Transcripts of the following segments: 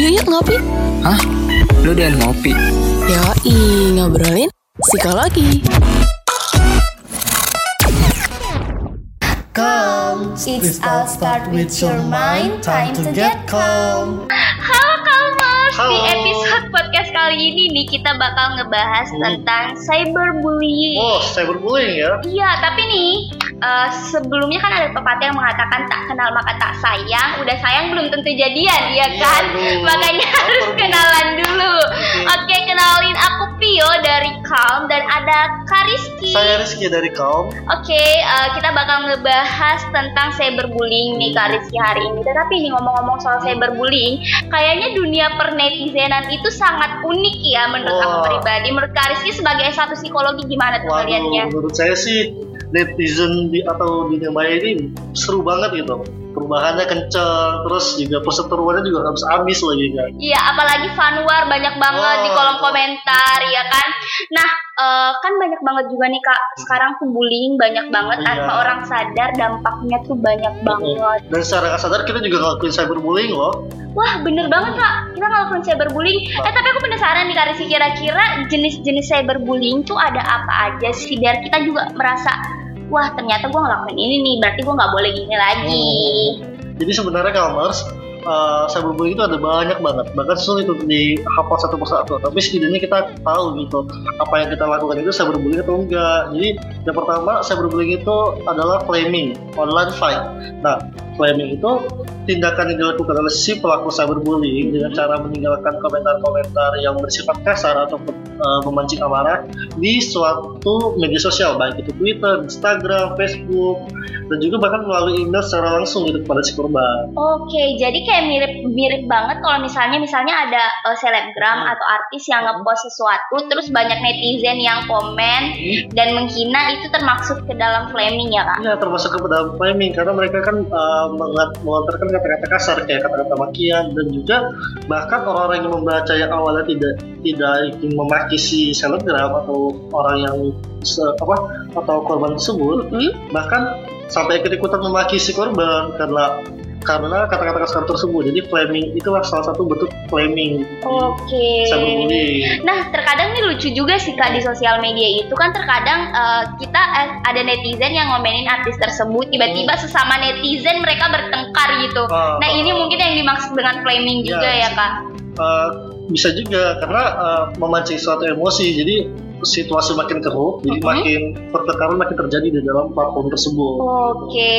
Yuk ngopi. Hah? Lu udah ngopi? Yoi, ngobrolin psikologi. Calm, it's all start with your mind. Time to get calm. Halo Calmers, Halo. di episode podcast kali ini nih kita bakal ngebahas tentang cyberbullying. Oh, cyberbullying ya? Iya, tapi nih sebelumnya kan ada pepatah yang mengatakan tak kenal maka tak sayang. Udah sayang belum tentu jadian, ya kan? Aduh, Makanya harus kenalan dulu. Oke, kenalin aku Pio dari Calm dan ada Kariski. Saya Rizky dari Calm. Oke, kita bakal ngebahas tentang cyberbullying nih Kak Rizky hari ini. Tetapi nih ngomong-ngomong soal cyberbullying, kayaknya dunia pernetizenan itu sangat unik ya menurut aku pribadi. Menurut Kak Rizky sebagai S1 psikologi gimana tuh ngeliatnya? Menurut saya sih netizen atau dunia maya ini seru banget gitu. Perubahannya kenceng, terus juga perseteruannya juga habis habis lagi kan. Iya, apalagi fanwar banyak banget di kolom komentar, ya kan. Nah, kan banyak banget juga nih Kak. Sekarang tuh bullying banyak banget tanpa orang sadar, dampaknya tuh banyak banget. Dan secara nggak sadar kita juga ngelakuin cyberbullying loh. Wah, bener banget Kak. Kita ngelakuin cyberbullying. Tapi aku penasaran nih Kak Rizky, kira-kira jenis-jenis cyberbullying tuh ada apa aja sih biar kita juga merasa, wah ternyata gue ngelakuin ini nih, berarti gue nggak boleh gini lagi. Jadi sebenarnya Calmers, cyberbullying itu ada banyak banget, bahkan sulit untuk dihafal satu persatu. Tapi setidaknya kita tahu gitu apa yang kita lakukan itu cyberbullying atau enggak. Jadi yang pertama, cyberbullying itu adalah flaming, online fight. Nah, flaming itu tindakan yang dilakukan oleh si pelaku cyberbullying dengan cara meninggalkan komentar-komentar yang bersifat kasar atau memancing amarah di suatu media sosial, baik itu Twitter, Instagram, Facebook, dan juga bahkan melalui email secara langsung gitu kepada si korban. Oke, jadi kayak mirip banget kalau misalnya ada selebgram atau artis yang ngepost sesuatu, terus banyak netizen yang komen dan menghina, itu termasuk ke dalam flaming ya Kak? Iya, termasuk ke dalam flaming karena mereka kan melontarkan kata-kata kasar kayak kata-kata makian, dan juga bahkan orang-orang yang membaca yang awalnya tidak ingin memaki si selebgram atau orang yang atau korban tersebut, bahkan sampai ikut-ikutan memaki si korban karena kata-kata kasar tersebut. Jadi flaming itulah salah satu bentuk flaming. Oke. Cyberbullying. Nah, terkadang nih lucu juga sih Kak di sosial media itu kan terkadang kita ada netizen yang ngomenin artis tersebut, tiba-tiba sesama netizen mereka bertengkar gitu. Nah, ini mungkin yang dimaksud dengan flaming juga ya Kak? Bisa juga karena memancing suatu emosi. Jadi situasi makin keruh, jadi pertengkaran makin terjadi di dalam platform tersebut. Oke.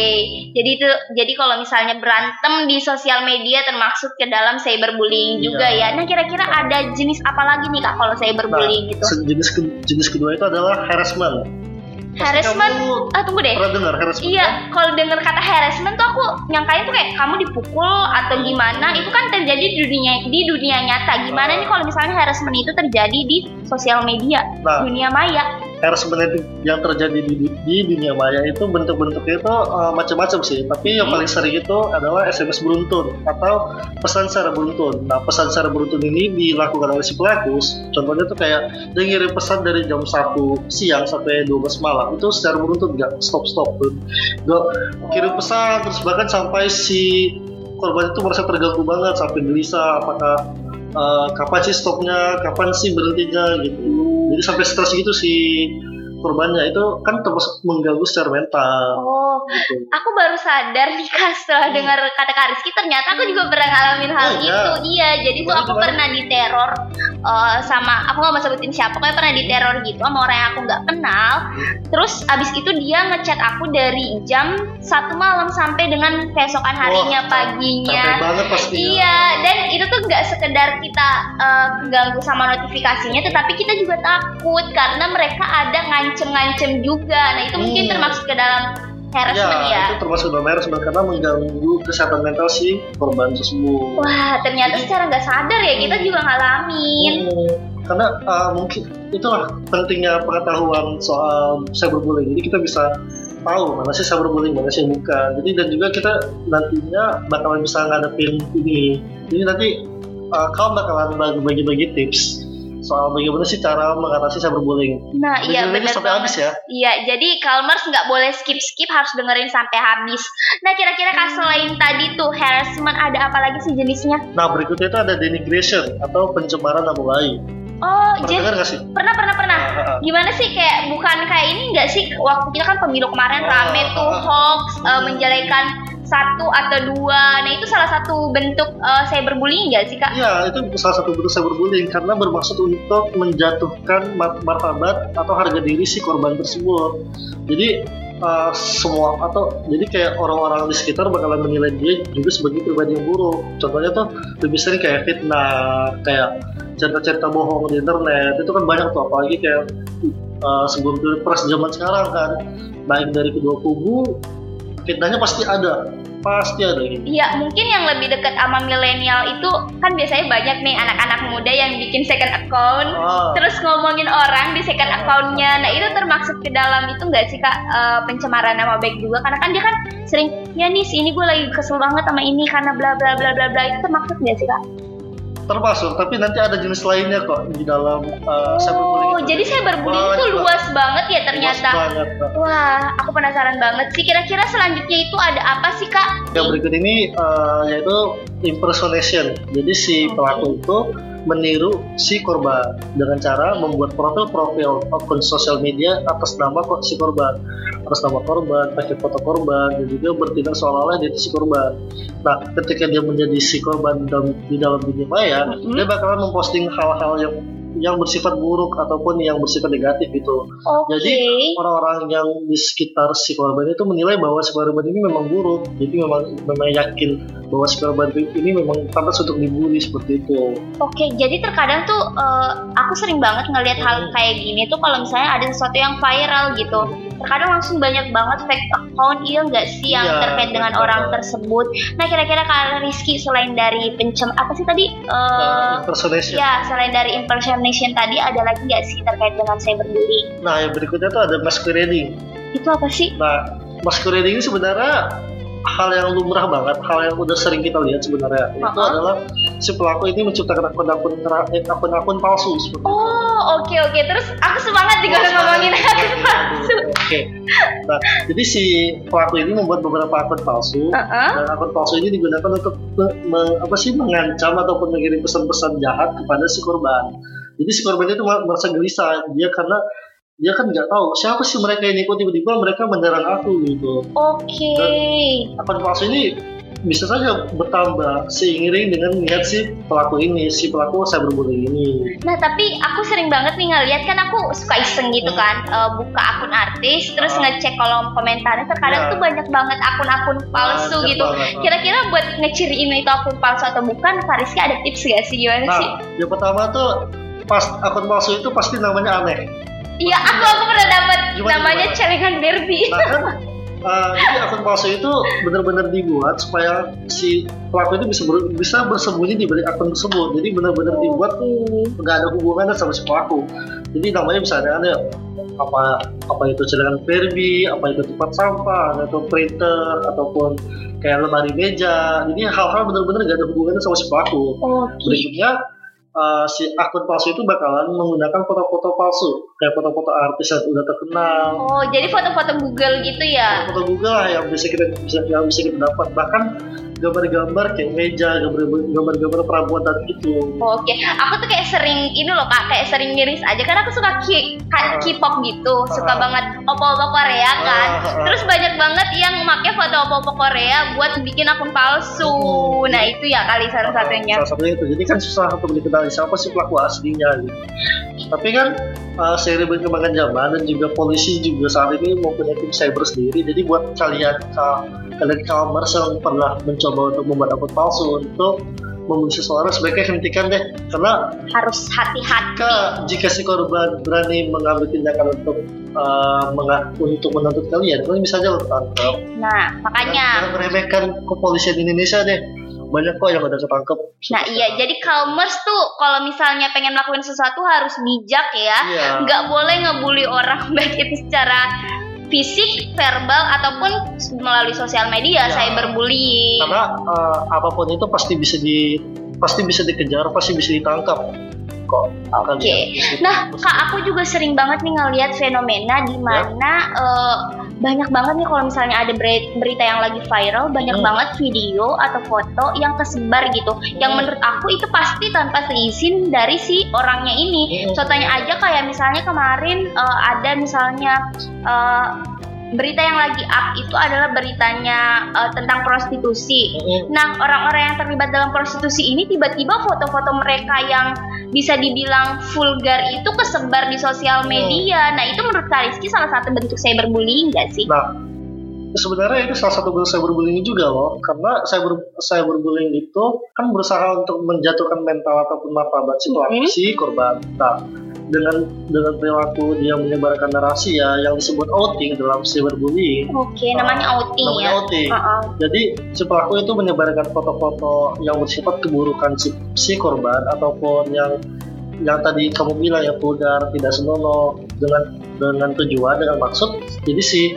Jadi kalau misalnya berantem di sosial media termasuk ke dalam cyberbullying juga ya. Nah, kira-kira ada jenis apa lagi nih Kak kalau cyberbullying gitu? Jenis kedua itu adalah harassment. Harassment? Tunggu deh. Pernah dengar harassment? Iya, kalau dengar kata harassment tuh aku nyangkanya tuh kayak kamu dipukul atau gimana. Itu kan terjadi di dunia nyata. Gimana nih kalau misalnya harassment itu terjadi di sosial media, dunia maya? Harassment yang terjadi di dunia maya itu bentuk-bentuknya itu macam-macam sih. Tapi yang paling sering itu adalah SMS beruntun atau pesan secara beruntun. Nah, pesan secara beruntun ini dilakukan oleh si pelaku. Contohnya tuh kayak dia ngirim pesan dari jam 1 siang sampai 12 malam. Itu secara beruntun, nggak stop nggak kirim pesan, terus bahkan sampai si korban itu merasa terganggu banget sampai gelisah apakah kapan sih stopnya, kapan sih berhentinya gitu. Jadi sampai stres gitu si korbannya, itu kan termasuk mengganggu secara mental. Gitu. Aku baru sadar nih Kak setelah dengar kata Kak Rizky, ternyata aku juga pernah ngalamin hal itu. Iya, jadi tuh aku pernah diteror sama, aku gak mau sebutin siapa, pokoknya pernah diteror gitu sama orang yang aku gak kenal. Terus abis itu dia ngechat aku dari jam 1 malam sampai dengan keesokan harinya, paginya. Capek banget pastinya. Iya, dan itu tuh gak sekedar kita keganggu sama notifikasinya, tetapi kita juga takut karena mereka ada ngancem juga. Nah, itu mungkin termasuk ke dalam harassment ya? Itu termasuk dalam harassment karena mengganggu kesehatan mental si korban tersebut. Wah, ternyata secara nggak sadar ya kita juga ngalamin. Karena mungkin itulah pentingnya pengetahuan soal cyberbullying. Jadi kita bisa tahu mana sih cyberbullying, mana sih yang bukan. Jadi dan juga kita nantinya bakalan bisa ngadepin ini. Jadi nanti kamu bakalan bagi-bagi tips soal bagaimana sih cara mengatasi cyberbullying. Nah, iya benar sampai habis ya. Iya, jadi Calmers nggak boleh skip, harus dengerin sampai habis. Nah, kira-kira selain tadi tuh harassment, ada apa lagi sih jenisnya? Nah, berikutnya itu ada denigration atau pencemaran nama baik. Oh, jadi nggak sih? Pernah. Gimana sih, kayak bukan kayak ini nggak sih? Waktu kita kan pemilu kemarin rame tuh hoax, menjelekan satu atau dua. Nah, itu salah satu bentuk cyberbullying nggak sih, Kak? Iya, itu salah satu bentuk cyberbullying karena bermaksud untuk menjatuhkan martabat atau harga diri si korban tersebut. Jadi jadi kayak orang-orang di sekitar bakalan menilai dia juga sebagai pribadi yang buruk. Contohnya tuh lebih sering kayak fitnah, kayak cerita-cerita bohong di internet. Itu kan banyak tuh, apalagi kayak sebelum pilpres zaman sekarang kan, baik dari kedua kubu fitnahnya pasti ada gitu. Iya, mungkin yang lebih dekat sama milenial itu kan biasanya banyak nih anak-anak muda yang bikin second account, terus ngomongin orang di second accountnya. Nah, itu termaksud ke dalam itu nggak sih, Kak, pencemaran nama baik juga? Karena kan dia kan sering, ya nih ini gue lagi kesel banget sama ini karena bla bla bla bla bla. Itu termaksud nggak sih, Kak? Termasuk, tapi nanti ada jenis lainnya kok di dalam cyberbullying. Oh, jadi cyberbullying itu luas banget ya ternyata. Luas banget, Kak. Wah, aku penasaran banget sih. Kira-kira selanjutnya itu ada apa sih, Kak? Yang berikut ini yaitu impersonation. Jadi si pelaku itu meniru si korban dengan cara membuat profil akun sosial media atas nama si korban, pakai foto korban, dan juga bertindak seolah-olah dia itu si korban. Nah, ketika dia menjadi si korban di dalam dunia maya, dia bakalan memposting hal-hal yang bersifat buruk ataupun yang bersifat negatif gitu. Jadi orang-orang yang di sekitar si korban itu menilai bahwa si korban ini memang buruk. Jadi memang yakin bahwa si korban ini memang pantas untuk dibully seperti itu. Jadi terkadang tuh aku sering banget ngelihat hal kayak gini tuh kalau misalnya ada sesuatu yang viral gitu. Terkadang langsung banyak banget fake account, iya nggak sih, yang terkait dengan orang tersebut. Nah, kira-kira Kak Rizky selain dari impersonation. Ya, selain dari impersonation tadi ada lagi nggak sih terkait dengan cyberbullying? Nah, yang berikutnya tuh ada masquerading. Itu apa sih? Nah, masquerading ini sebenarnya hal yang lumrah banget, hal yang udah sering kita lihat sebenarnya. Itu adalah si pelaku ini menciptakan akun palsu. Oke. Terus aku semangat juga ngomongin akun palsu. Nah, jadi si pelaku ini membuat beberapa akun palsu, dan akun palsu ini digunakan untuk mengancam ataupun mengirim pesan-pesan jahat kepada si korban. Jadi si korban itu merasa gelisah karena dia kan nggak tahu siapa sih mereka ini, kok tiba-tiba mereka menyerang aku gitu. Dan akun palsu ini bisa saja bertambah seiring dengan niat si pelaku cyberbullying ini. Nah, tapi aku sering banget nih ngeliat, kan aku suka iseng gitu kan, buka akun artis terus ngecek kolom komentarnya, terkadang tuh banyak banget akun-akun palsu gitu. Kira-kira buat ngeciriin itu akun palsu atau bukan, Rizky ada tips gak sih, gimana sih? Yang pertama tuh pas akun palsu itu pasti namanya aneh. Iya, aku pernah dapat namanya celengan Barbie. Jadi akun palsu itu benar-benar dibuat supaya si pelaku itu bisa bersembunyi di balik akun tersebut. Jadi benar-benar dibuat nggak ada hubungannya sama si pelaku. Jadi namanya bisa ada apa itu celengan Barbie, apa itu tempat sampah, atau printer, ataupun kayak lemari meja. Jadi hal-hal benar-benar nggak ada hubungannya sama si pelaku. Berikutnya si akun palsu itu bakalan menggunakan foto-foto palsu, kayak foto-foto artis yang udah terkenal. Jadi foto-foto Google gitu ya? Foto Google lah yang bisa kita dapat. Bahkan gambar-gambar kayak meja, gambar-gambar perabotan gitu. Aku tuh kayak sering ini loh, Kak, kayak sering miris aja kan aku suka K-pop gitu, suka banget opa-opa Korea kan. Terus banyak banget yang pakai foto opa-opa Korea buat bikin akun palsu. Nah, itu ya kali salah satunya. Salah satunya itu. Jadi kan susah untuk diketahui siapa sih pelaku aslinya gitu. Tapi kan seiring berkembangan zaman dan juga polisi juga saat ini mempunyai tim cyber sendiri. Jadi buat kalian Calmers yang pernah mencoba untuk membuat akun palsu untuk membunuh seseorang, sebaiknya hentikan deh, karena harus hati-hati. Jika si korban berani mengambil tindakan untuk menuntut kalian, kalian bisa aja tertangkap. Nah, makanya jangan meremehkan kepolisian Indonesia deh. Banyak kok yang udah ketangkep. Nah, iya, jadi Calmers tuh kalau misalnya pengen melakukan sesuatu harus bijak ya. Nggak boleh ngebully orang, baik itu secara fisik, verbal, ataupun melalui sosial media, cyberbullying. Karena apapun itu pasti bisa dikejar, pasti bisa ditangkap. kok. Oke. Nah, Kak, aku juga sering banget nih ngelihat fenomena di mana banyak banget nih kalau misalnya ada berita yang lagi viral, banyak banget video atau foto yang kesebar gitu. Yang menurut aku itu pasti tanpa seizin dari si orangnya ini. Contohnya aja kayak misalnya kemarin ada misalnya berita yang lagi up itu adalah beritanya tentang prostitusi. Nah, orang-orang yang terlibat dalam prostitusi ini tiba-tiba foto-foto mereka yang bisa dibilang vulgar itu kesebar di sosial media. Nah, itu menurut Kak Rizky salah satu bentuk cyberbullying nggak sih? Nah, sebenarnya itu salah satu bentuk cyberbullying juga loh, karena cyberbullying itu kan berusaha untuk menjatuhkan mental ataupun martabat si korban. Nah, dengan perilaku dia menyebarkan narasi yang disebut outing dalam cyberbullying. Oke, namanya outing ya. Outing. Jadi si pelaku itu menyebarkan foto-foto yang bersifat keburukan si korban ataupun yang tadi kamu bilang ya vulgar, tidak senonoh, dengan tujuan, dengan maksud. Jadi si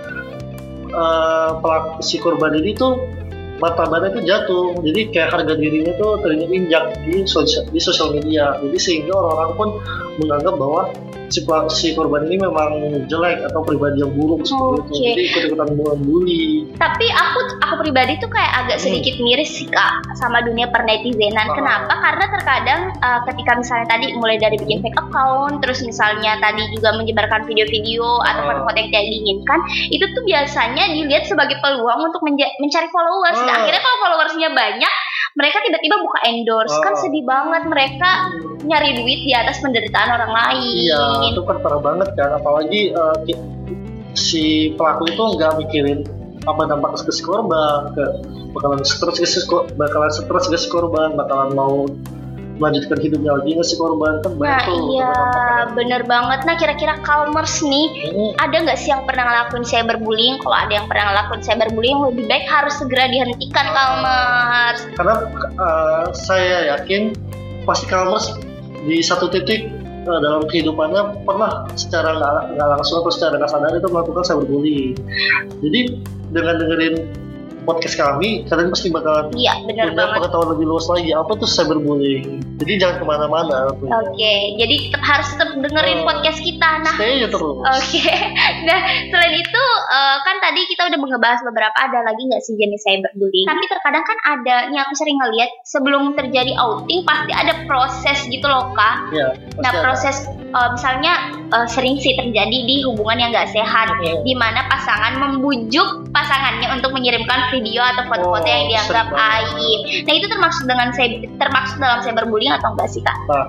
korban ini tuh martabatnya itu jatuh, jadi kayak harga dirinya tuh terinjak di sosial media. Jadi sehingga orang-orang pun menganggap bahwa si korban ini memang jelek atau pribadi yang buruk seperti itu. Jadi ikut-ikutan membuli. Tapi aku pribadi tuh kayak agak sedikit miris sih Kak sama dunia pernetizenan. Kenapa? Karena terkadang ketika misalnya tadi mulai dari bikin fake account, terus misalnya tadi juga menyebarkan video-video atau foto-foto yang tidak diinginkan, itu tuh biasanya dilihat sebagai peluang untuk mencari followers. Nah, akhirnya kalau followersnya banyak, mereka tiba-tiba buka endorse. Kan sedih banget, mereka nyari duit di atas penderitaan orang lain. Iya, itu kan parah banget kan. Apalagi si pelaku itu nggak mikirin apa dampak ke si korban, bakalan stres ke si korban, bakalan mau melanjutkan hidupnya lagi nggak si korban kan. Nah iya, bener banget. Nah kira-kira Calmers nih, ada nggak sih yang pernah ngelakuin cyberbullying? Kalau ada yang pernah ngelakuin cyberbullying, lebih baik harus segera dihentikan Calmers. Karena saya yakin pasti Calmers di satu titik dalam kehidupannya pernah secara nggak langsung atau secara nggak sadar itu melakukan cyberbullying. Jadi dengan dengerin podcast kami, kalian pasti bakalan punya pengetahuan lebih luas lagi apa tuh cyberbullying. Jadi jangan kemana-mana. Oke, jadi harus tetap dengerin podcast kita. Nah, stay aja terus. Oke. Nah, selain itu kan tadi kita udah ngebahas beberapa, ada lagi nggak sih jenis cyberbullying? Tapi terkadang kan ada, nih aku sering ngeliat sebelum terjadi outing pasti ada proses gitu loh Kak. Iya. Nah proses misalnya sering sih terjadi di hubungan yang nggak sehat, di mana pasangan membujuk pasangannya untuk mengirimkan video atau foto-foto yang dianggap aib. Nah itu termasuk dalam cyberbullying atau enggak sih Kak? Nah,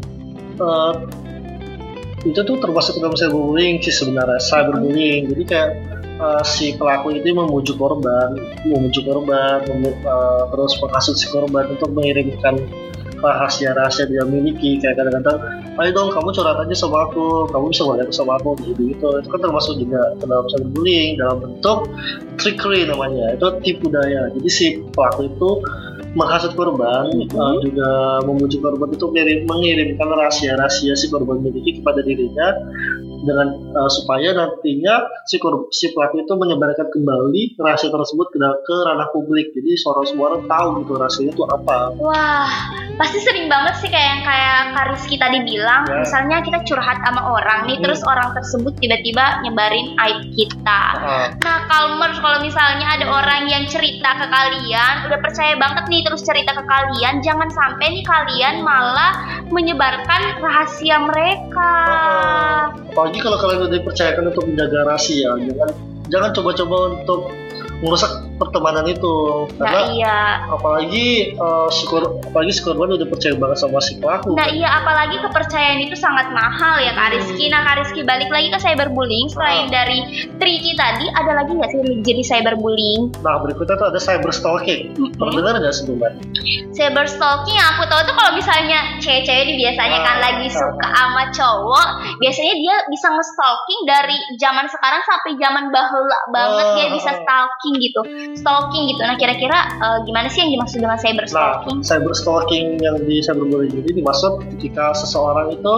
itu tuh termasuk dalam cyberbullying sih sebenarnya, cyberbullying. Jadi kayak si pelaku itu memujuk korban, terus menghasut si korban untuk mengirimkan rahasia-rahasia dia miliki. Kayak kadang-kadang, ayo dong kamu curhat aja sama aku, kamu bisa ngeliat sama aku gitu. Itu kan termasuk juga dalam cyberbullying dalam bentuk trickery namanya, itu tipu daya. Jadi si pelaku itu menghasut korban, juga memujuk korban untuk mengirimkan rahasia-rahasia si korban miliki kepada dirinya, dengan supaya nantinya si pelaku itu menyebarkan kembali rahasia tersebut ke ranah publik. Jadi semua orang tahu gitu rahasianya itu apa. Wah, pasti sering banget sih kayak Kak Rizky tadi bilang, misalnya kita curhat sama orang nih, terus orang tersebut tiba-tiba nyebarin aib kita. Nah, Calmers, kalau misalnya ada orang yang cerita ke kalian, udah percaya banget nih terus cerita ke kalian, jangan sampai nih kalian malah menyebarkan rahasia mereka. Apalagi kalau kalian udah dipercayakan untuk menjaga rahasia, jangan coba-coba untuk merusak pertemanan itu. Karena apalagi si korban udah percaya banget sama si pelaku. Nah iya, apalagi kepercayaan itu sangat mahal ya Kak Rizky. Nah Kak Rizky, balik lagi ke cyberbullying. Selain dari tricky tadi, ada lagi nggak sih jenis cyberbullying? Nah berikutnya tuh ada cyberstalking. Pernah dengar nggak sebelumnya? Cyberstalking yang aku tahu tuh kalau misalnya cewek-cewek ini biasanya kan lagi suka sama cowok, biasanya dia bisa nge-stalking dari zaman sekarang sampai zaman baheula banget, dia bisa stalking gitu. Nah kira-kira gimana sih yang dimaksud dengan cyberstalking? Nah, cyberstalking yang di cyberbullying ini dimaksud ketika seseorang itu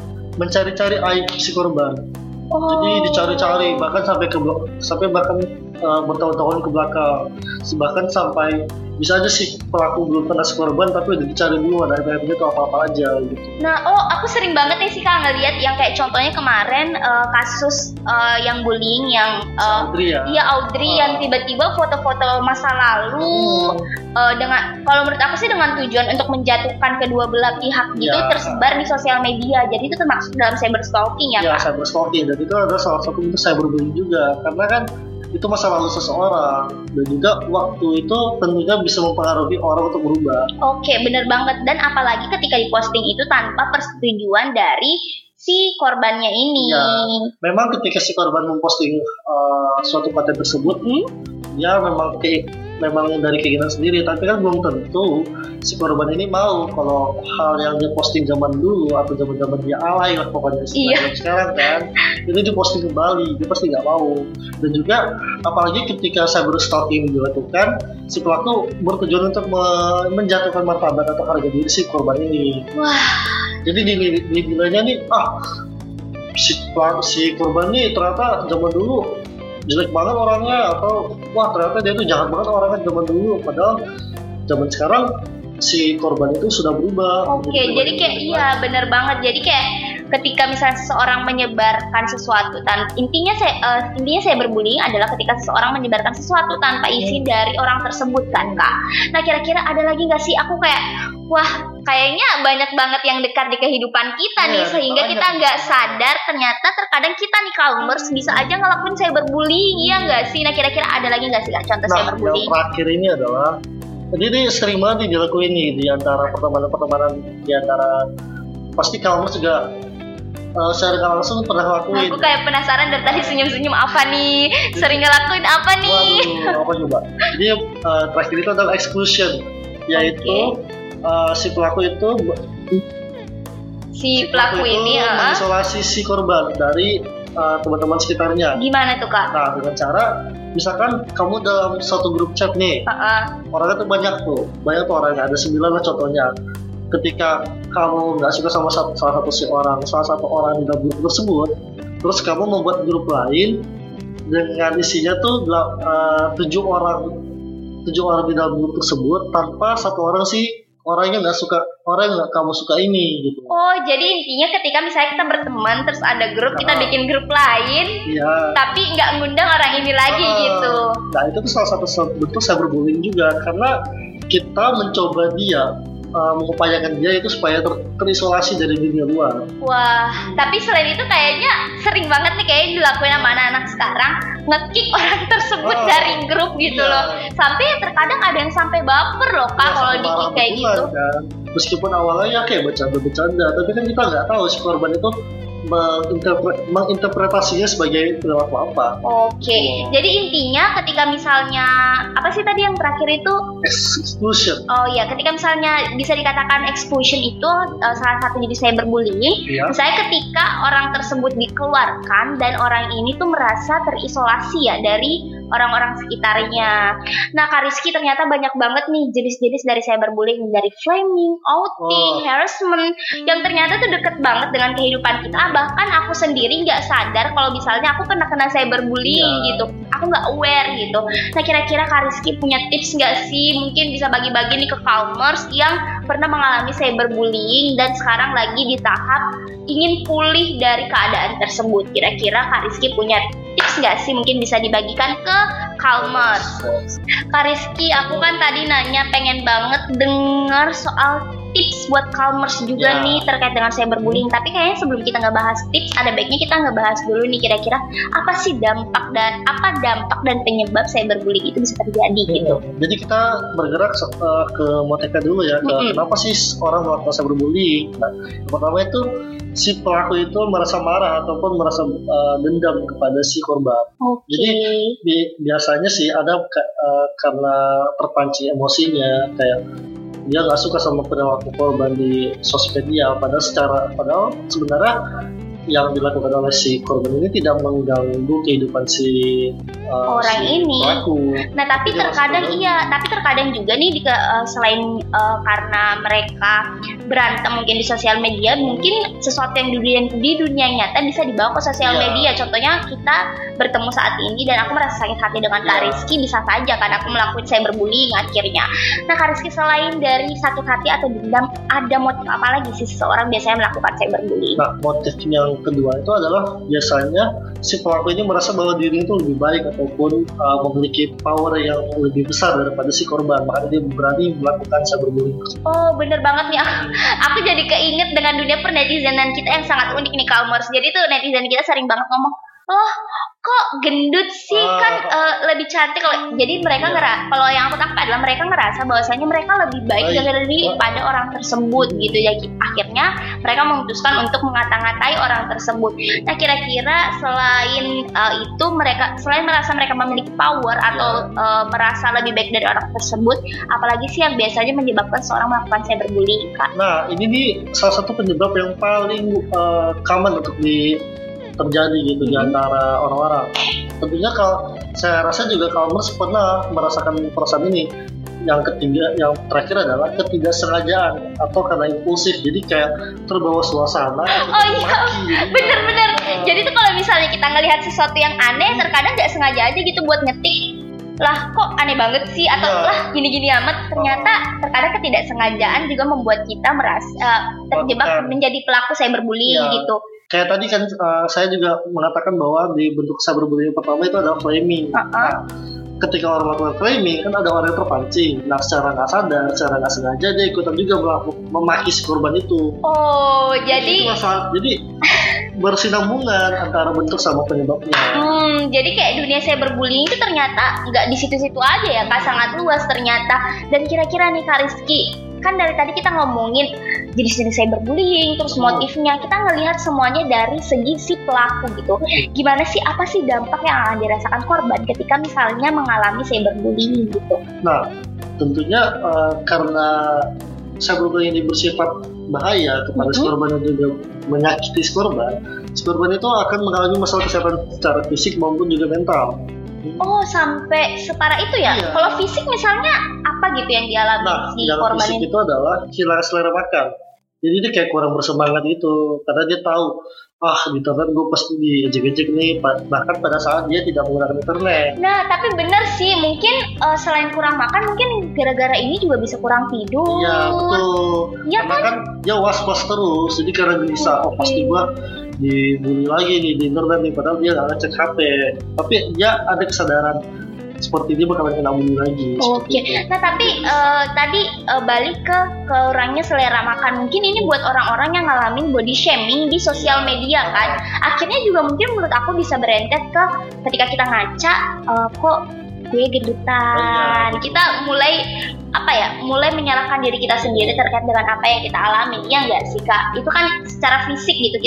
mencari-cari aib si korban. Jadi dicari-cari bahkan sampai bertahun-tahun ke belakang. Bahkan sampai bisa aja sih pelaku belum kena si korban tapi udah dicari dulu ada IP-nya itu apa-apa aja gitu. Nah, aku sering banget nih sih Kak ngeliat yang kayak contohnya kemarin kasus yang bullying yang Audrey ya? Iya, Audrey yang tiba-tiba foto-foto masa lalu dengan, kalau menurut aku sih dengan tujuan untuk menjatuhkan kedua belah pihak gitu tersebar di sosial media. Jadi itu termasuk dalam cyberstalking ya Kak? Iya, cyberstalking, dan itu adalah salah satu bentuk cyberbullying juga karena kan itu masa lalu seseorang dan juga waktu itu tentunya bisa mempengaruhi orang untuk berubah. Oke, bener banget. Dan apalagi ketika diposting itu tanpa persetujuan dari si korbannya ini. Ya, memang ketika si korban memposting suatu konten tersebut, dia memang dari keinginan sendiri, tapi kan belum tentu si korban ini mau kalau hal yang dia posting zaman dulu atau zaman dia alay lah pokoknya sekarang kan itu diposting kembali, dia pasti nggak mau. Dan juga apalagi ketika cyberstalking dilakukan, si pelaku bertujuan untuk menjatuhkan martabat atau harga diri si korban ini. Wah. Jadi dinilainya nih si korban nih ternyata zaman dulu jelek banget orangnya, atau wah ternyata dia tuh jahat banget orangnya zaman dulu, padahal zaman sekarang si korban itu sudah berubah. Oke, jadi kayak iya bener banget. Jadi kayak ketika misalnya seseorang menyebarkan sesuatu intinya cyberbullying adalah ketika seseorang menyebarkan sesuatu tanpa izin dari orang tersebut kan Kak. Nah kira-kira ada lagi nggak sih, aku kayak wah kayaknya banyak banget yang dekat di kehidupan kita nih sehingga kita nggak sadar ternyata terkadang kita nih Calmers bisa aja ngelakuin cyberbullying, iya nggak sih? Nah kira-kira ada lagi nggak sih Kak contoh cyberbullying? Yang terakhir ini adalah jadi ini sering banget dilakuin nih di antara pertemanan di antara pasti Calmers juga secara langsung pernah lakuin. Aku kayak penasaran dari tadi senyum-senyum apa nih, sering ngelakuin apa nih? Waduh, apa coba? Jadi terakhir itu adalah exclusion, yaitu si pelaku itu ini mengisolasi si korban dari teman-teman sekitarnya. Gimana tuh Kak? Nah dengan cara misalkan kamu dalam satu grup chat nih, orangnya tuh banyak orangnya, ada 9 lah contohnya. Ketika kamu nggak suka sama salah satu orang di dalam grup tersebut, terus kamu membuat grup lain dengan isinya tuh 7 orang di dalam grup tersebut tanpa satu orang orang yang nggak kamu suka ini gitu. Oh, jadi intinya ketika misalnya kita berteman terus ada grup, kita bikin grup lain, tapi nggak ngundang orang ini lagi gitu. Nah itu tuh salah satu bentuk cyberbullying juga karena kita mencoba mengupayakan dia itu supaya terisolasi dari dunia luar. Wah, tapi selain itu kayaknya sering banget nih kayaknya dilakuin sama anak-anak sekarang, nge-kick orang tersebut dari grup gitu loh. Sampai terkadang ada yang sampai baper loh Kak kalau di-kick kayak gitu. Kan. Meskipun awalnya kayak bercanda, tapi kan kita nggak tahu si korban itu menginterpretasinya sebagai perilaku apa. Oke. Jadi intinya ketika misalnya apa sih tadi yang terakhir itu exclusion. Oh iya, ketika misalnya bisa dikatakan exclusion itu salah satu jenis cyberbullying. Misalnya ketika orang tersebut dikeluarkan dan orang ini tuh merasa terisolasi ya dari orang-orang sekitarnya. Nah Kak Rizky, ternyata banyak banget nih jenis-jenis dari cyberbullying, dari flaming, outing, harassment yang ternyata tuh deket banget dengan kehidupan kita. Bahkan aku sendiri nggak sadar kalau misalnya aku pernah kena cyberbullying gitu, aku nggak aware gitu. Nah kira-kira Kak Rizky punya tips nggak sih, mungkin bisa bagi-bagi nih ke Calmers yang pernah mengalami cyberbullying dan sekarang lagi di tahap ingin pulih dari keadaan tersebut. Kira-kira Kak Rizky punya tips nggak sih, mungkin bisa dibagikan ke Calmers? Kak Rizky, aku kan tadi nanya pengen banget dengar soal tips buat Calmers juga nih terkait dengan cyberbullying. Tapi kayaknya sebelum kita ngebahas tips, ada baiknya kita ngebahas dulu nih kira-kira apa sih dampak dan penyebab cyberbullying itu bisa terjadi gitu. Jadi kita bergerak ke Moteka dulu ya, kenapa sih orang melakukan cyberbullying? Nah, yang pertama itu si pelaku itu merasa marah ataupun merasa dendam kepada si korban. Jadi biasanya sih ada karena terpancing emosinya, kayak dia nggak suka sama perilaku korban di sosial media, padahal sebenarnya yang dilakukan oleh si korban ini tidak mengganggu kehidupan si orang si ini. pelaku. Nah tapi terkadang juga nih selain karena mereka berantem mungkin di sosial media, mungkin sesuatu yang di dunia nyata bisa dibawa ke sosial media. Contohnya kita bertemu saat ini dan aku merasa sakit hati dengan Kak Rizky, bisa saja kan aku melakukan cyberbullying akhirnya. Nah Kak Rizky, selain dari sakit hati atau dendam, ada motif apa lagi sih seseorang biasanya melakukan cyberbullying? Nah, motif yang kedua itu adalah biasanya si pelaku ini merasa bahwa dirinya itu lebih baik ataupun memiliki power yang lebih besar daripada si korban, makanya dia berani melakukan cyberbullying. Oh bener banget nih, aku jadi keinget dengan dunia pernetizenan kita yang sangat unik nih Kalmers. Jadi tuh netizen kita sering banget ngomong, oh kok gendut sih, kan lebih cantik. Jadi mereka kalau yang aku tangkap adalah mereka ngerasa bahwasanya mereka lebih baik daripada orang tersebut gitu ya. Akhirnya mereka memutuskan untuk mengata-ngatai orang tersebut. Nah kira-kira selain itu, mereka selain merasa mereka memiliki power atau merasa lebih baik dari orang tersebut, apalagi sih yang biasanya menyebabkan seorang melakukan cyberbullying, Kak? Nah ini nih salah satu penyebab yang paling common untuk terjadi gitu di antara orang-orang. Tentunya kalau saya rasa juga Kalmers pernah merasakan perasaan ini. Yang ketiga, yang terakhir adalah ketidaksengajaan atau karena impulsif. Jadi kayak terbawa suasana. Oh iya, bener-bener. Jadi tuh kalau misalnya kita ngelihat sesuatu yang aneh, terkadang nggak sengaja aja gitu buat ngetik, lah kok aneh banget sih, atau lah gini-gini amat. Ternyata terkadang ketidaksengajaan juga membuat kita merasa terjebak menjadi pelaku cyberbullying gitu. Kayak tadi kan saya juga mengatakan bahwa di bentuk cyberbullying pertama itu adalah framing. Nah, ketika orang melakukan framing kan ada orang yang terpancing. Nah secara nggak sadar, secara nggak sengaja dia ikutan juga memaki si korban itu. Oh jadi bersinambungan antara bentuk sama penyebabnya. Jadi kayak dunia cyberbullying itu ternyata nggak di situ-situ aja ya Kak, sangat luas ternyata. Dan kira-kira nih Kak Rizky, kan dari tadi kita ngomongin jenis-jenis cyberbullying, terus motifnya, kita ngelihat semuanya dari segi si pelaku gitu. Gimana sih, apa sih dampak yang akan dirasakan korban ketika misalnya mengalami cyberbullying gitu? Nah, tentunya karena cyberbullying ini bersifat bahaya kepada si korban dan juga menyakiti si korban itu akan mengalami masalah kesehatan secara fisik maupun juga mental. Oh, sampai separah itu ya? Iya. Kalau fisik misalnya apa gitu yang dialami si korban ini? Nah, fisik itu adalah hilang selera makan. Jadi dia kayak kurang bersemangat itu, karena dia tahu, di internet gue pasti diejek-ejek nih, bahkan pada saat dia tidak menggunakan internet. Nah, tapi benar sih, mungkin selain kurang makan, mungkin gara-gara ini juga bisa kurang tidur. Iya, betul. Ya, karena kan dia was-was terus, jadi karena gelisah, pasti gue dibully lagi nih di internet nih, padahal dia nggak ngecek HP. Tapi dia ada kesadaran seperti dia bakalan kena bully lagi. Oke. Nah tapi tadi balik ke kurangnya selera makan. Mungkin ini buat orang-orang yang ngalamin body shaming di sosial media kan. Akhirnya juga mungkin menurut aku bisa berentet ke ketika kita ngaca, kok gue gendutan. Kita mulai menyalahkan diri kita sendiri terkait dengan apa yang kita alami. Ya enggak sih Kak? Itu kan secara fisik gitu.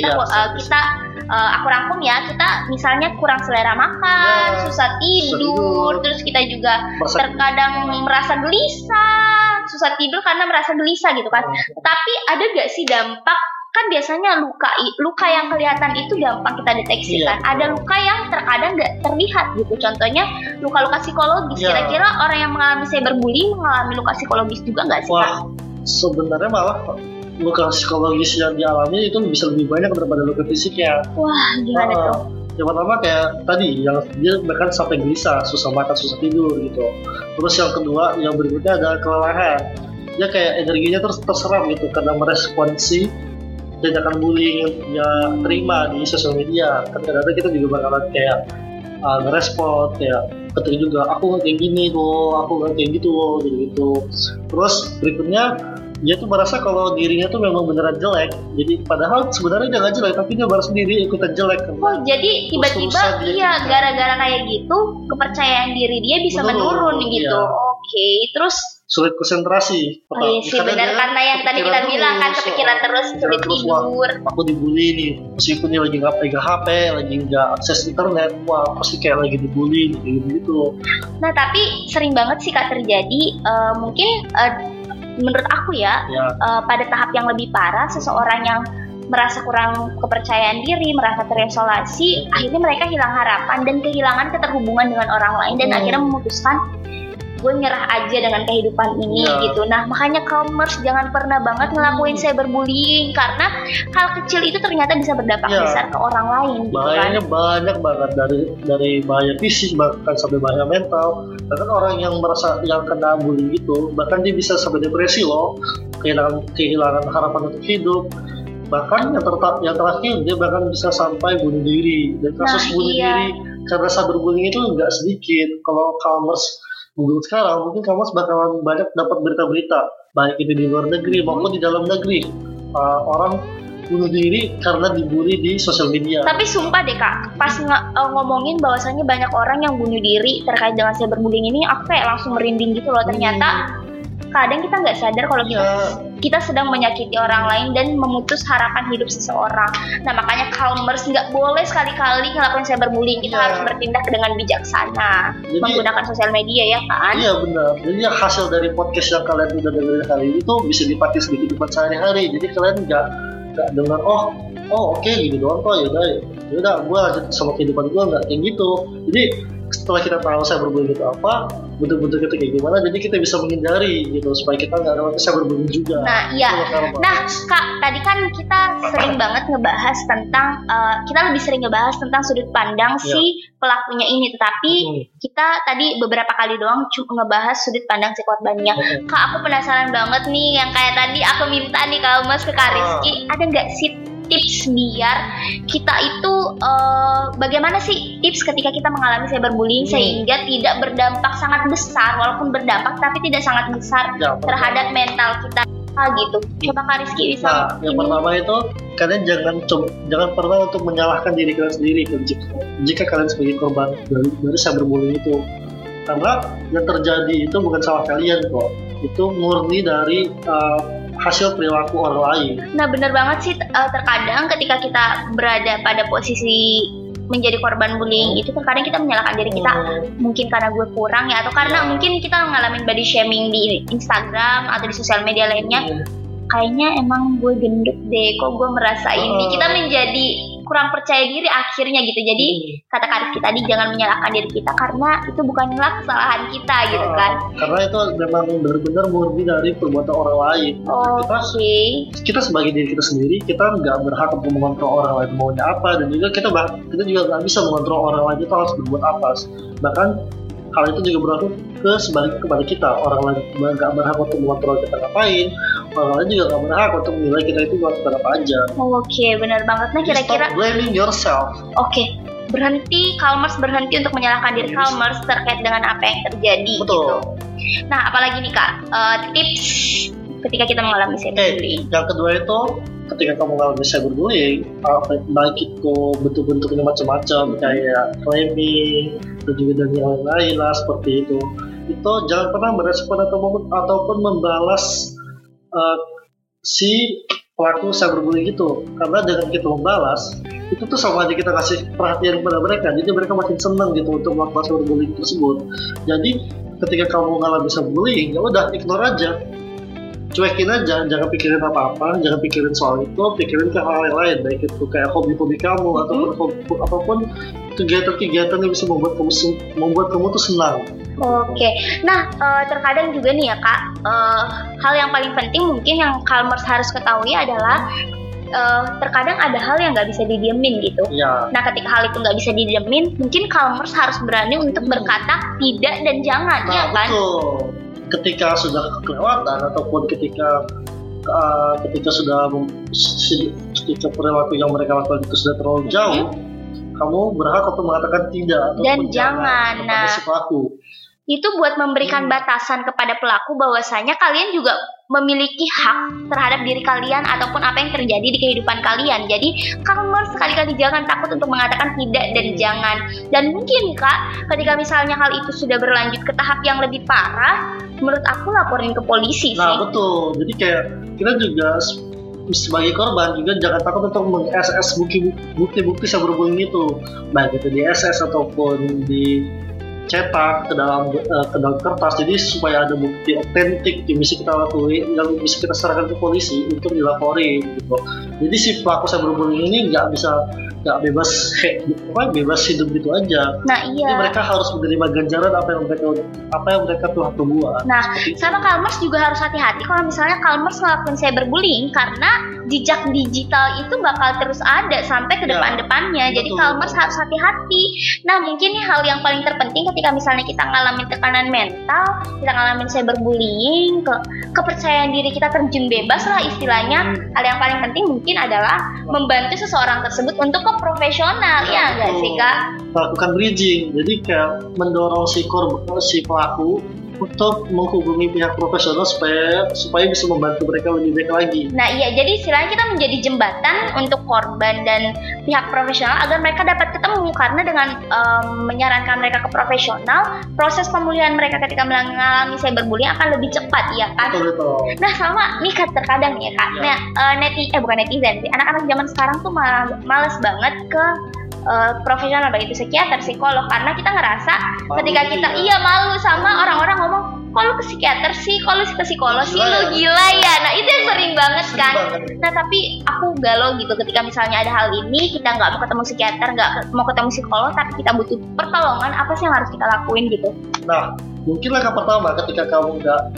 Aku rangkum ya, kita misalnya kurang selera makan, susah tidur, terus kita juga terkadang merasa gelisah, susah tidur karena merasa gelisah gitu kan. Tapi ada gak sih dampak, kan biasanya luka yang kelihatan itu gampang kita deteksi kan. Ada luka yang terkadang gak terlihat gitu. Contohnya luka-luka psikologis. Kira-kira orang yang mengalami cyberbullying mengalami luka psikologis juga gak sih Kak? Sebenarnya malah luka psikologis yang dialami itu bisa lebih banyak daripada luka fisiknya. Wah, gimana tuh? Yang pertama kayak tadi, yang dia bahkan sampai gelisah, susah makan, susah tidur gitu. Terus yang kedua, yang berikutnya adalah kelelahan. Dia kayak energinya terus terserap gitu karena meresponsi tindakan bullying yang terima di sosial media. Kadang-kadang kita juga bakalan kayak ngerespon kayak ketika juga aku nggak kayak gini tuh, aku nggak kayak gitu gitu. Terus berikutnya dia tuh merasa kalau dirinya tuh memang beneran jelek. Jadi padahal sebenarnya dia nggak jelek, tapi dia baru sendiri ikutan jelek. Jadi tiba-tiba gara-gara kayak gitu kepercayaan diri dia bisa menurun gitu. Oke, terus sulit konsentrasi. Iya sih benar, karena yang tadi kita bilang kan kepikiran terus, sulit tidur. Aku dibully nih, meskipun dia lagi nggak pegang HP, lagi nggak akses internet, pasti kayak lagi dibully gitu. Nah tapi sering banget sih Kak terjadi, mungkin menurut aku ya, pada tahap yang lebih parah, seseorang yang merasa kurang kepercayaan diri, merasa terisolasi, akhirnya mereka hilang harapan dan kehilangan keterhubungan dengan orang lain dan akhirnya memutuskan gue nyerah aja dengan kehidupan ini gitu. Nah makanya Calmers jangan pernah banget ngelakuin cyberbullying karena hal kecil itu ternyata bisa berdampak besar ke orang lain. Bahayanya gitu kan. Banyak banget dari bahaya fisik bahkan sampai bahaya mental. Bahkan orang yang kena bullying itu bahkan dia bisa sampai depresi loh, kehilangan harapan untuk hidup. Bahkan yang terakhir dia bahkan bisa sampai bunuh diri. Dan kasus bunuh diri karena cyberbullying itu nggak sedikit. Kalau Calmers Google sekarang, mungkin kamu bakalan banyak dapat berita-berita, baik itu di luar negeri maupun di dalam negeri. Orang bunuh diri karena dibully di sosial media. Tapi sumpah deh kak, pas ngomongin bahwasannya banyak orang yang bunuh diri terkait dengan cyberbullying ini, aku kayak langsung merinding gitu loh. Ternyata kadang kita nggak sadar kalau kita sedang menyakiti orang lain dan memutus harapan hidup seseorang. Nah makanya Calmers nggak boleh sekali-kali ngelakuin cyberbullying. Kita harus bertindak dengan bijaksana, menggunakan sosial media ya kan? Iya benar. Jadi hasil dari podcast yang kalian udah dengerin kali ini tuh bisa dipakai di kehidupan sehari-hari. Jadi kalian nggak dengar oke, gini doang kok, yaudah gue lanjut sama kehidupan gue, nggak kayak gitu. Jadi setelah kita tahu cyberbullying itu apa, bentuk-bentuk itu kayak gimana, jadi kita bisa menghindari gitu supaya kita nggak ngelakuin cyberbullying juga. Nah iya. Nah kak, tadi kan kita sering banget ngebahas tentang kita lebih sering ngebahas tentang sudut pandang si pelakunya ini, tetapi kita tadi beberapa kali doang ngebahas sudut pandang si korbannya. Kak, aku penasaran banget nih yang kayak tadi aku minta nih kalau Mas ke Kak Rizky, ada nggak sih tips biar kita itu bagaimana sih tips ketika kita mengalami cyberbullying sehingga tidak berdampak sangat besar, walaupun berdampak tapi tidak sangat besar terhadap mental kita gitu. Coba Kak Rizky bisa. Yang pertama itu kalian jangan pernah untuk menyalahkan diri kalian sendiri jika kalian sebagai korban dari cyberbullying itu, karena yang terjadi itu bukan salah kalian kok, itu murni dari hasil perilaku orang lain. Nah benar banget sih, terkadang ketika kita berada pada posisi menjadi korban bullying itu terkadang kita menyalahkan diri kita, mungkin karena gue kurang ya, atau karena mungkin kita ngalamin body shaming di Instagram atau di sosial media lainnya. Kayaknya emang gue gendut deh, kok gue merasa ini. Kita menjadi kurang percaya diri akhirnya gitu. Jadi kata Kak Rizky tadi, jangan menyalahkan diri kita karena itu bukanlah kesalahan kita gitu kan. Karena itu memang benar-benar murni dari perbuatan orang lain. Kita sebagai diri kita sendiri, kita nggak berhak untuk mengontrol orang lain maunya apa, dan juga kita juga nggak bisa mengontrol orang lain itu harus berbuat apa. Bahkan hal itu juga berlaku kepada kita. Orang lain nggak berhak untuk mengontrol kita ngapain, orang lain juga nggak berhak untuk menilai kita itu melakukan apa aja. Oke, benar banget. Nah kira-kira stop blaming yourself. Calmers berhenti untuk menyalahkan diri Calmers terkait dengan apa yang terjadi. Betul. Gitu. Nah apalagi nih Kak, tips ketika kita mengalami cyberbullying. Yang kedua itu ketika kamu mengalami cyberbullying, baik itu bentuk-bentuknya macam-macam kayak claiming dan juga dan yang lain-lain lah seperti itu jangan pernah merespon ataupun membalas si pelaku cyberbullying itu, karena dengan kita membalas itu tuh sama aja kita kasih perhatian kepada mereka, jadi mereka makin senang gitu untuk melakukan cyberbullying tersebut. Jadi ketika kamu mengalami cyberbullying, ya udah ignore aja, cuekin aja, jangan pikirin apa-apa, jangan pikirin soal itu, pikirin ke hal yang lain, baik itu kayak hobi-hobi kamu ataupun kegiatan-kegiatan yang bisa membuat kamu tuh senang. Oke. Nah terkadang juga nih ya Kak, hal yang paling penting mungkin yang Calmers harus ketahui adalah terkadang ada hal yang nggak bisa didiemin gitu. Nah ketika hal itu nggak bisa didiemin, mungkin Calmers harus berani untuk berkata tidak dan jangan, ya kan? Betul. Ketika sudah kelewatan ataupun ketika perilaku yang mereka lakukan itu sudah terlalu jauh, kamu berhak untuk mengatakan tidak dan jangan. Nah si pelaku itu buat memberikan batasan kepada pelaku bahwasanya kalian juga memiliki hak terhadap diri kalian ataupun apa yang terjadi di kehidupan kalian. Jadi Calmers sekali-kali jangan takut untuk mengatakan tidak dan jangan. Dan mungkin Kak, ketika misalnya hal itu sudah berlanjut ke tahap yang lebih parah, menurut aku laporin ke polisi sih. Nah betul, jadi kayak kita juga sebagai korban juga jangan takut untuk meng-SS bukti-bukti cyberbullying itu, baik itu di SS ataupun di cetak ke dalam kertas, jadi supaya ada bukti otentik yang bisa kita lakuin, yang bisa kita serahkan ke polisi untuk dilaporin gitu. Jadi si pelaku cyberbullying ini nggak bebas hidup gitu aja. Nah iya. Jadi mereka harus menerima ganjaran apa yang mereka telah perbuat. Nah sama Calmers juga harus hati-hati kalau misalnya Calmers ngelakuin cyberbullying, karena jejak digital itu bakal terus ada sampai ke depan-depannya. Jadi Calmers harus hati-hati. Nah mungkin nih hal yang paling terpenting ketika misalnya kita ngalamin tekanan mental, kita ngalamin cyberbullying, kepercayaan diri kita terjun bebas lah istilahnya. Hal yang paling penting mungkin adalah membantu seseorang tersebut untuk ke profesional, ya nggak sih Kak? Lakukan bridging, jadi kayak mendorong si pelaku untuk menghubungi pihak profesional supaya bisa membantu mereka lebih baik lagi. Nah iya, jadi istilahnya kita menjadi jembatan untuk korban dan pihak profesional agar mereka dapat ketemu, karena dengan menyarankan mereka ke profesional, proses pemulihan mereka ketika mengalami cyberbullying akan lebih cepat, ya kan? Betul. Nah sama nih Kak, terkadang ya Kak, bukan netizen sih, anak-anak zaman sekarang tuh males banget ke profesional, baik itu psikiater, psikolog, karena kita ngerasa ketika kita malu sama orang-orang ngomong, kok lu ke psikiater sih, kok lu ke psikolog sih, lu gila ya. Nah itu yang sering banget kan. Nah tapi aku galau gitu ketika misalnya ada hal ini, kita nggak mau ketemu psikiater, nggak mau ketemu psikolog, tapi kita butuh pertolongan, apa sih yang harus kita lakuin gitu? Nah mungkin langkah pertama ketika kamu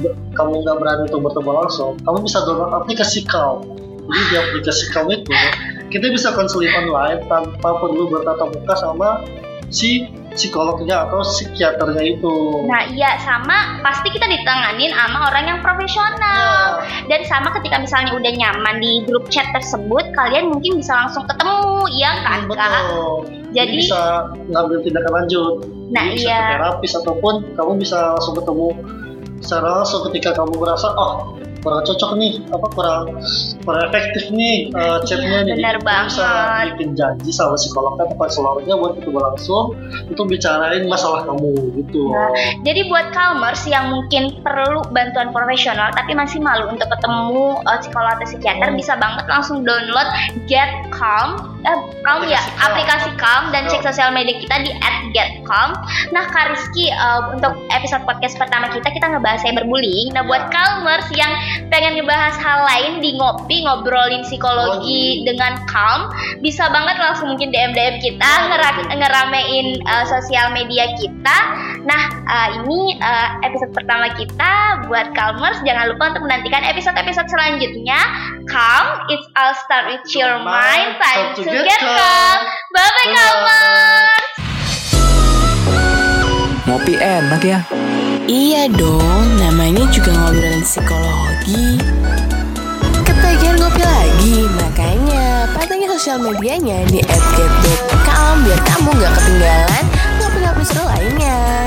nggak berani untuk bertemu langsung, kamu bisa download aplikasi Calm. Jadi di aplikasi Calm itu kita bisa konseling online tanpa perlu bertatap muka sama si psikolognya atau psikiaternya itu. Nah iya, sama pasti kita ditanganin sama orang yang profesional. Dan sama ketika misalnya udah nyaman di grup chat tersebut, kalian mungkin bisa langsung ketemu, ya kan Kak? Jadi bisa ngambil tindakan lanjut. Nah bisa ke terapis ataupun kamu bisa langsung ketemu secara langsung ketika kamu merasa kurang cocok nih, kurang efektif nih chatnya nih. Benar banget. Bisa bikin janji sama psikolognya atau konselornya buat ketemu langsung untuk bicarain masalah kamu gitu. Nah, jadi buat Calmers yang mungkin perlu bantuan profesional tapi masih malu untuk ketemu psikolog atau psikiater, bisa banget langsung download Get Calm, aplikasi Calm, dan cek sosial media kita di @getcalm. Nah Kak Rizky, untuk episode podcast pertama kita ngebahas cyberbullying. Nah buat Calmers yang pengen ngebahas hal lain di Ngopi, ngobrolin psikologi dengan Calm, bisa banget langsung mungkin DM kita, ngeramein sosial media kita. Nah ini episode pertama kita buat Calmers. Jangan lupa untuk menantikan episode-episode selanjutnya. Calm, it's all start with your mind. Time to get calm. Bye-bye Calmers. Ngopi enak ya? Iya dong, namanya juga ngobrolin psikologi. Ketagihan ngopi lagi, makanya pantengin sosial medianya di @get.calm biar kamu gak ketinggalan ngopi-ngopi seru lainnya.